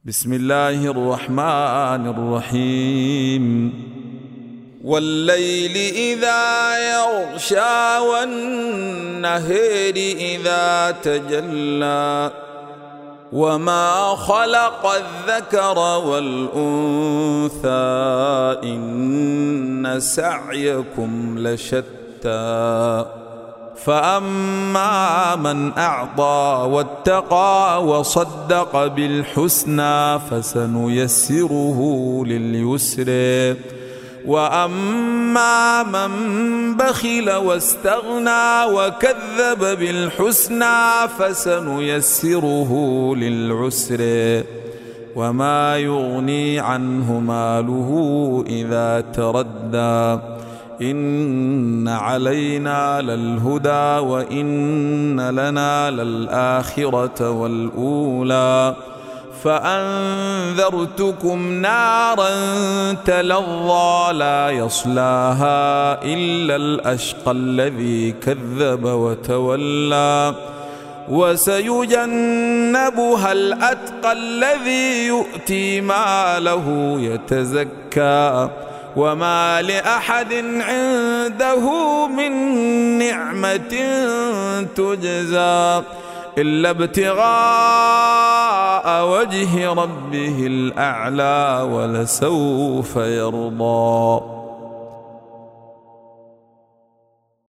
بسم الله الرحمن الرحيم. والليل إذا يغشى والنهر إذا تجلى وما خلق الذكر والأنثى إن سعيكم لشتى فأما من أعطى واتقى وصدق بالحسنى فسنيسره لليسر وأما من بخل واستغنى وكذب بالحسنى فسنيسره للعسر وما يغني عنه ماله إذا تردى إن علينا للهدى وإن لنا للآخرة والأولى فأنذرتكم نارا تلظى لا يصلاها إلا الأشقى الذي كذب وتولى وسيجنبها الأتقى الذي يؤتي ماله يتزكى وما لأحد عنده من نعمة تجزى إلا ابتغاء وجه ربه الأعلى ولسوف يرضى.